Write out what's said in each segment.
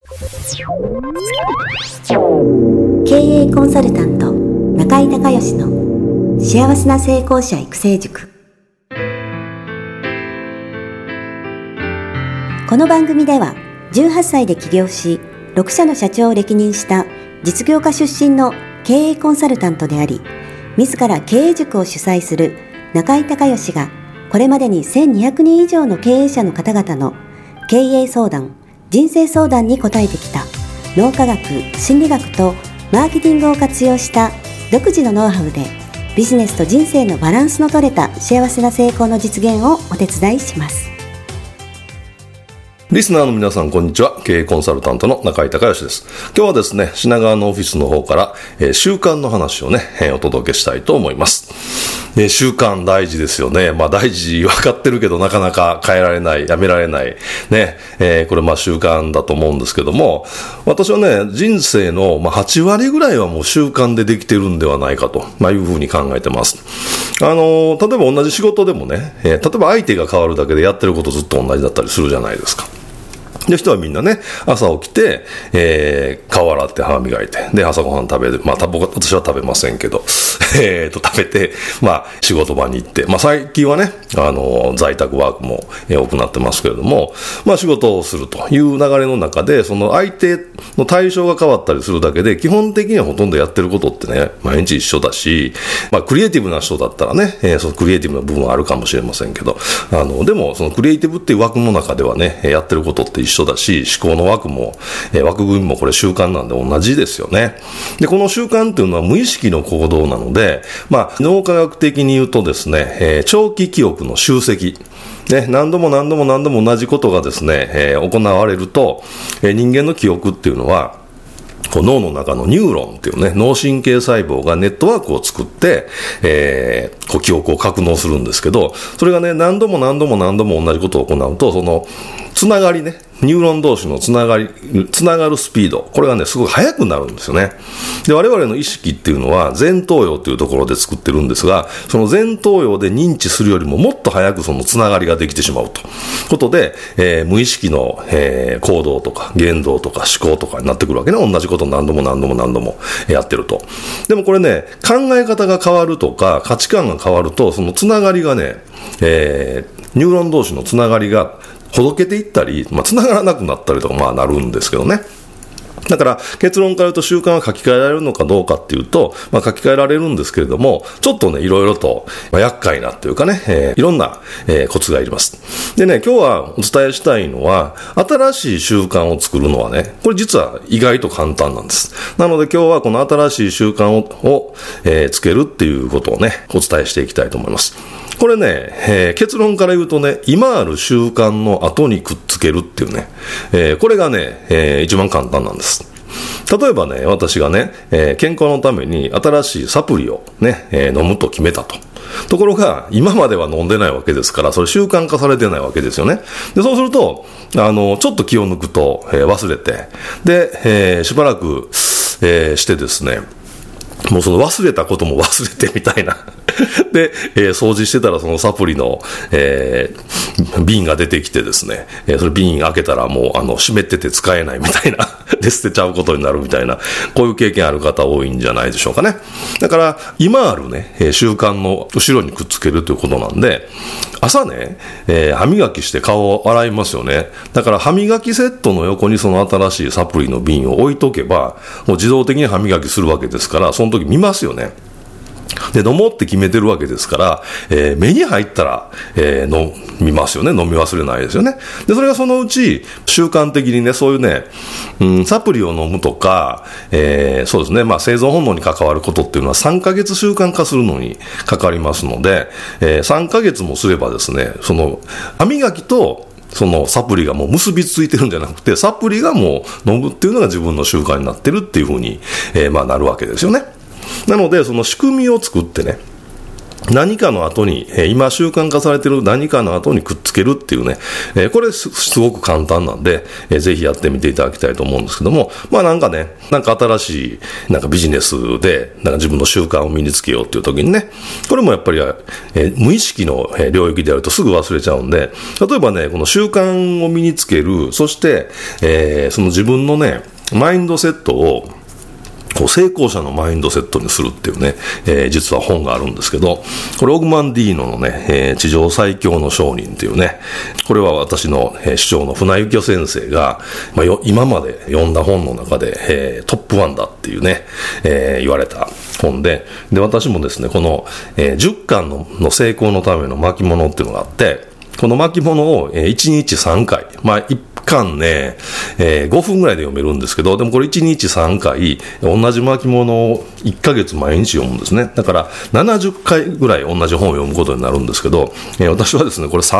経営コンサルタント中井孝義の幸せな成功者育成塾。この番組では18歳で起業し6社の社長を歴任した実業家出身の経営コンサルタントであり、自ら経営塾を主催する中井孝義がこれまでに1200人以上の経営者の方々の経営相談、人生相談に答えてきた脳科学、心理学とマーケティングを活用した独自のノウハウでビジネスと人生のバランスの取れた幸せな成功の実現をお手伝いします。 リスナーの皆さん、こんにちは。経営コンサルタントの中井孝義です。今日はですね、品川のオフィスの方から、習慣の話をね、お届けしたいと思います。習慣大事ですよね。大事分かってるけどなかなか変えられない、やめられないね、これ習慣だと思うんですけども、私はね、人生の8割ぐらいはもう習慣でできてるんではないかと、いうふうに考えてます。例えば同じ仕事でもね、例えば相手が変わるだけでやってることずっと同じだったりするじゃないですか。で、人はみんなね、朝起きて、顔洗って歯磨いて、で、朝ごはん食べる。私は食べませんけど、食べて、仕事場に行って、最近はね、在宅ワークも多くなってますけれども、仕事をするという流れの中で、その相手の対象が変わったりするだけで、基本的にはほとんどやってることってね、毎日一緒だし、クリエイティブな人だったらね、そのクリエイティブな部分はあるかもしれませんけど、でも、そのクリエイティブっていう枠の中ではね、やってることって一緒だし、思考の枠も、枠組みもこれ習慣なんで同じですよね。で、この習慣っていうのは無意識の行動なので、脳科学的に言うとですね、長期記憶の集積。ね、何度も同じことがですね、行われると、人間の記憶っていうのは、脳の中のニューロンっていうね、脳神経細胞がネットワークを作って、記憶を格納するんですけど、それがね、何度も同じことを行うと、その、つながりね、ニューロン同士のつながるスピード、これがね、すごく速くなるんですよね。で、我々の意識っていうのは、前頭葉というところで作ってるんですが、その前頭葉で認知するよりももっと早くそのつながりができてしまうと。ことで、無意識の、行動とか言動とか思考とかになってくるわけね。同じことを何度もやってると。でもこれね、考え方が変わるとか、価値観が変わると、そのつながりがね、ニューロン同士のつながりがほどけていったり、繋がらなくなったりとかなるんですけどね。だから結論から言うと習慣は書き換えられるのかどうかっていうと、書き換えられるんですけれども、ちょっとね、いろいろと、厄介なっていうかね、いろんな、コツがいります。でね、今日はお伝えしたいのは、新しい習慣を作るのはね、これ実は意外と簡単なんです。なので今日はこの新しい習慣をつけるっていうことをね、お伝えしていきたいと思います。これね、結論から言うとね、今ある習慣の後にくっつけるっていうね、これがね、一番簡単なんです。例えばね、私がね、健康のために新しいサプリをね、飲むと決めたと。ところが、今までは飲んでないわけですから、それ習慣化されてないわけですよね。で、そうすると、ちょっと気を抜くと、忘れて、で、しばらく、してですね、もうその忘れたことも忘れてみたいな。で、掃除してたらそのサプリの、瓶が出てきてですね、それ瓶開けたらもう湿ってて使えないみたいな。で、捨てちゃうことになるみたいな。こういう経験ある方多いんじゃないでしょうかね。だから、今あるね、習慣の後ろにくっつけるということなんで、朝ね、歯磨きして顔を洗いますよね。だから歯磨きセットの横にその新しいサプリの瓶を置いとけば、もう自動的に歯磨きするわけですから、その時見ますよね。で、飲もうって決めてるわけですから、目に入ったら、飲みますよね。飲み忘れないですよね。で、それがそのうち、習慣的にね、そういうね、サプリを飲むとか、そうですね、生存本能に関わることっていうのは3ヶ月習慣化するのにかかりますので、3ヶ月もすればですね、その、歯磨きと、そのサプリがもう結びついてるんじゃなくて、サプリがもう飲むっていうのが自分の習慣になってるっていうふうに、なるわけですよね。なので、その仕組みを作ってね、 何かの後に、今習慣化されている何かの後にくっつけるっていうね、これすごく簡単なんで、ぜひやってみていただきたいと思うんですけども、なんかね、なんか新しいなんかビジネスでなんか自分の習慣を身につけようっていう時にね、これもやっぱり、無意識の領域であるとすぐ忘れちゃうんで、例えばね、この習慣を身につける、そして、その自分のね、マインドセットを成功者のマインドセットにするっていうね、実は本があるんですけど、これオグマンディーノのね、地上最強の商人っていうね、これは私の、師匠の船幸先生が、今まで読んだ本の中で、トップ1だっていうね、言われた本で、私もですね、この、10巻の成功のための巻物っていうのがあって、この巻物を1日3回、1巻ね、5分ぐらいで読めるんですけど、でもこれ1日3回、同じ巻物を1ヶ月毎日読むんですね。だから70回ぐらい同じ本を読むことになるんですけど、私はですね、これ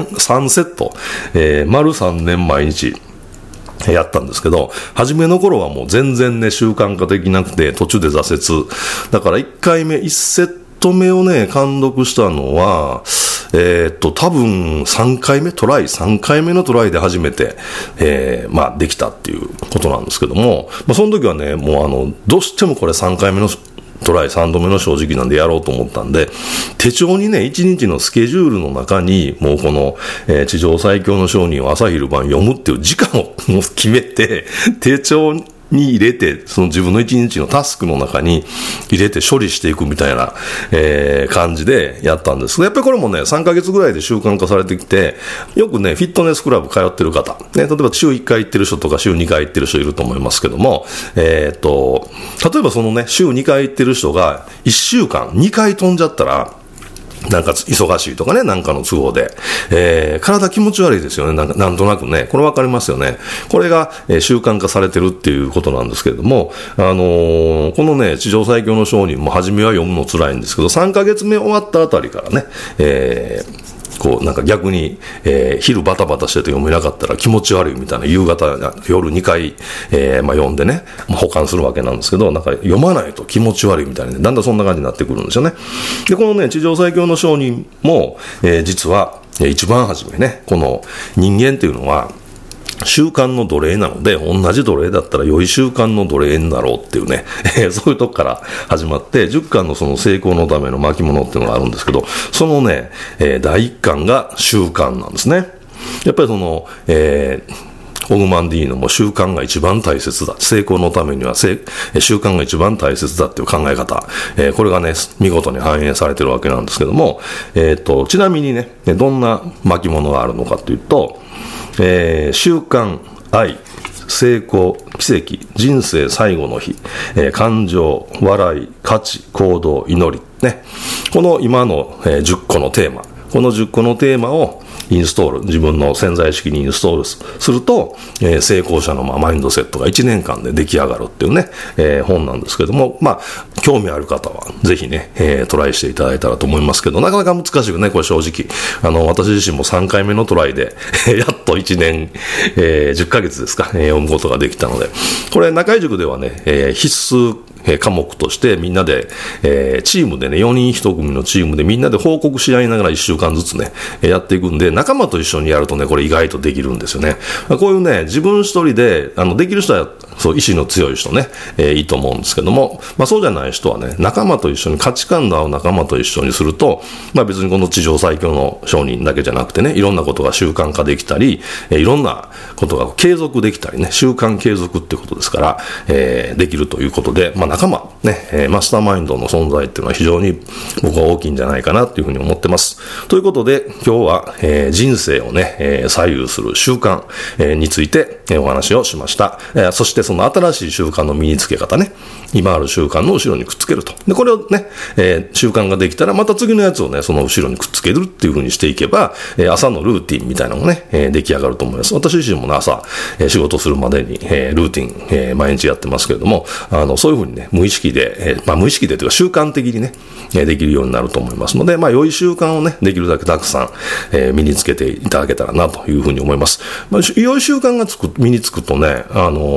3セット、丸3年毎日、やったんですけど、初めの頃はもう全然ね、習慣化できなくて、途中で挫折。だから1回目、1セット目をね、監督したのは、多分3回目のトライで初めて、できたっていうことなんですけども、その時はね、もうどうしてもこれ3回目のトライ、3度目の正直なんでやろうと思ったんで、手帳にね、1日のスケジュールの中に、もうこの、地上最強の商人を朝昼晩読むっていう時間を決めて、手帳に入れて、その自分の一日のタスクの中に入れて処理していくみたいな、感じでやったんですけど、やっぱりこれもね、3ヶ月ぐらいで習慣化されてきて、よくね、フィットネスクラブ通ってる方、ね、例えば週1回行ってる人とか週2回行ってる人いると思いますけども、例えばそのね、週2回行ってる人が1週間2回飛んじゃったら、なんか忙しいとかね、なんかの都合で、体気持ち悪いですよね。なんとなくね、これわかりますよね。これが、習慣化されてるっていうことなんですけれども、このね、地上最強の商人も初めは読むの辛いんですけど、3ヶ月目終わったあたりからね、なんか逆に、昼バタバタしてて読めなかったら気持ち悪いみたいな、夕方、夜2回、読んでね、保管するわけなんですけど、なんか読まないと気持ち悪いみたいな、ね、だんだんそんな感じになってくるんですよね。で、このね、地上最強の商人も、実は、一番初めね、この人間っていうのは、習慣の奴隷なので、同じ奴隷だったら良い習慣の奴隷になろうっていうね、そういうとこから始まって、10巻のその成功のための巻物っていうのがあるんですけど、そのね、第1巻が習慣なんですね。やっぱりその、オグマンディーノも習慣が一番大切だ。成功のためには習慣が一番大切だっていう考え方。これがね、見事に反映されてるわけなんですけども、ちなみにね、どんな巻物があるのかというと、習慣、愛、成功、奇跡、人生最後の日、感情、笑い、価値、行動、祈り、ね。この今の、10個のテーマ。この10個のテーマをインストール、自分の潜在意識にインストールすると、成功者のマインドセットが1年間で出来上がるっていうね、本なんですけども、興味ある方はぜひね、トライしていただいたらと思いますけど、なかなか難しくね、これ正直。私自身も3回目のトライで、やっと1年、10ヶ月ですか、読むことができたので、これ中井塾ではね、必須科目としてみんなで、チームでね、4人1組のチームでみんなで報告し合いながら1週間ずつね、やっていくんで、仲間と一緒にやるとね、これ意外とできるんですよね。こういうね、自分一人で、できる人は、そう、意志の強い人ね、いいと思うんですけども、そうじゃない人はね、仲間と一緒に、価値観の合う仲間と一緒にすると、別にこの地上最強の商人だけじゃなくてね、いろんなことが習慣化できたり、いろんなことが継続できたりね、習慣継続ってことですから、できるということで、仲間、ね、マスターマインドの存在っていうのは非常に僕は大きいんじゃないかなというふうに思ってます。ということで、今日は、人生をね、左右する習慣、について、お話をしました。そしてその新しい習慣の身につけ方ね、今ある習慣の後ろにくっつけると。で、これをね、習慣ができたらまた次のやつをね、その後ろにくっつけるっていうふうにしていけば、朝のルーティンみたいなのもね、出来上がると思います。私自身もね、朝、仕事するまでに、ルーティン、毎日やってますけれども、そういうふうにね、無意識で、無意識でというか習慣的にね、できるようになると思いますので、良い習慣をね、できるだけたくさん、身につけていただけたらなというふうに思います。良い習慣が身につくとね、やっぱり人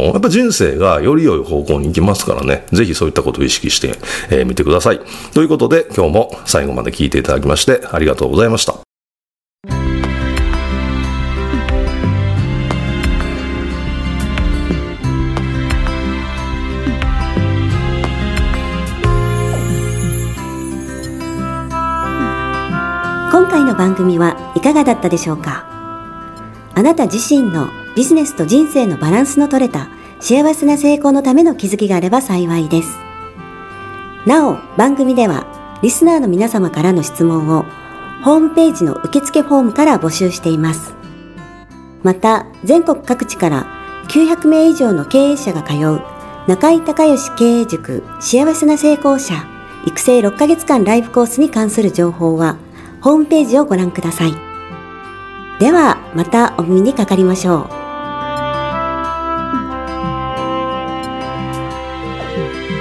人生がより良い方向に行きますからね、ぜひそういったことを意識して、みてください。ということで、今日も最後まで聞いていただきましてありがとうございました。 今回の番組はいかがだったでしょうか。あなた自身のビジネスと人生のバランスの取れた幸せな成功のための気づきがあれば幸いです。なお、番組ではリスナーの皆様からの質問をホームページの受付フォームから募集しています。また、全国各地から900名以上の経営者が通う中井隆義経営塾幸せな成功者育成6ヶ月間ライブコースに関する情報はホームページをご覧ください。ではまたお耳にかかりましょう。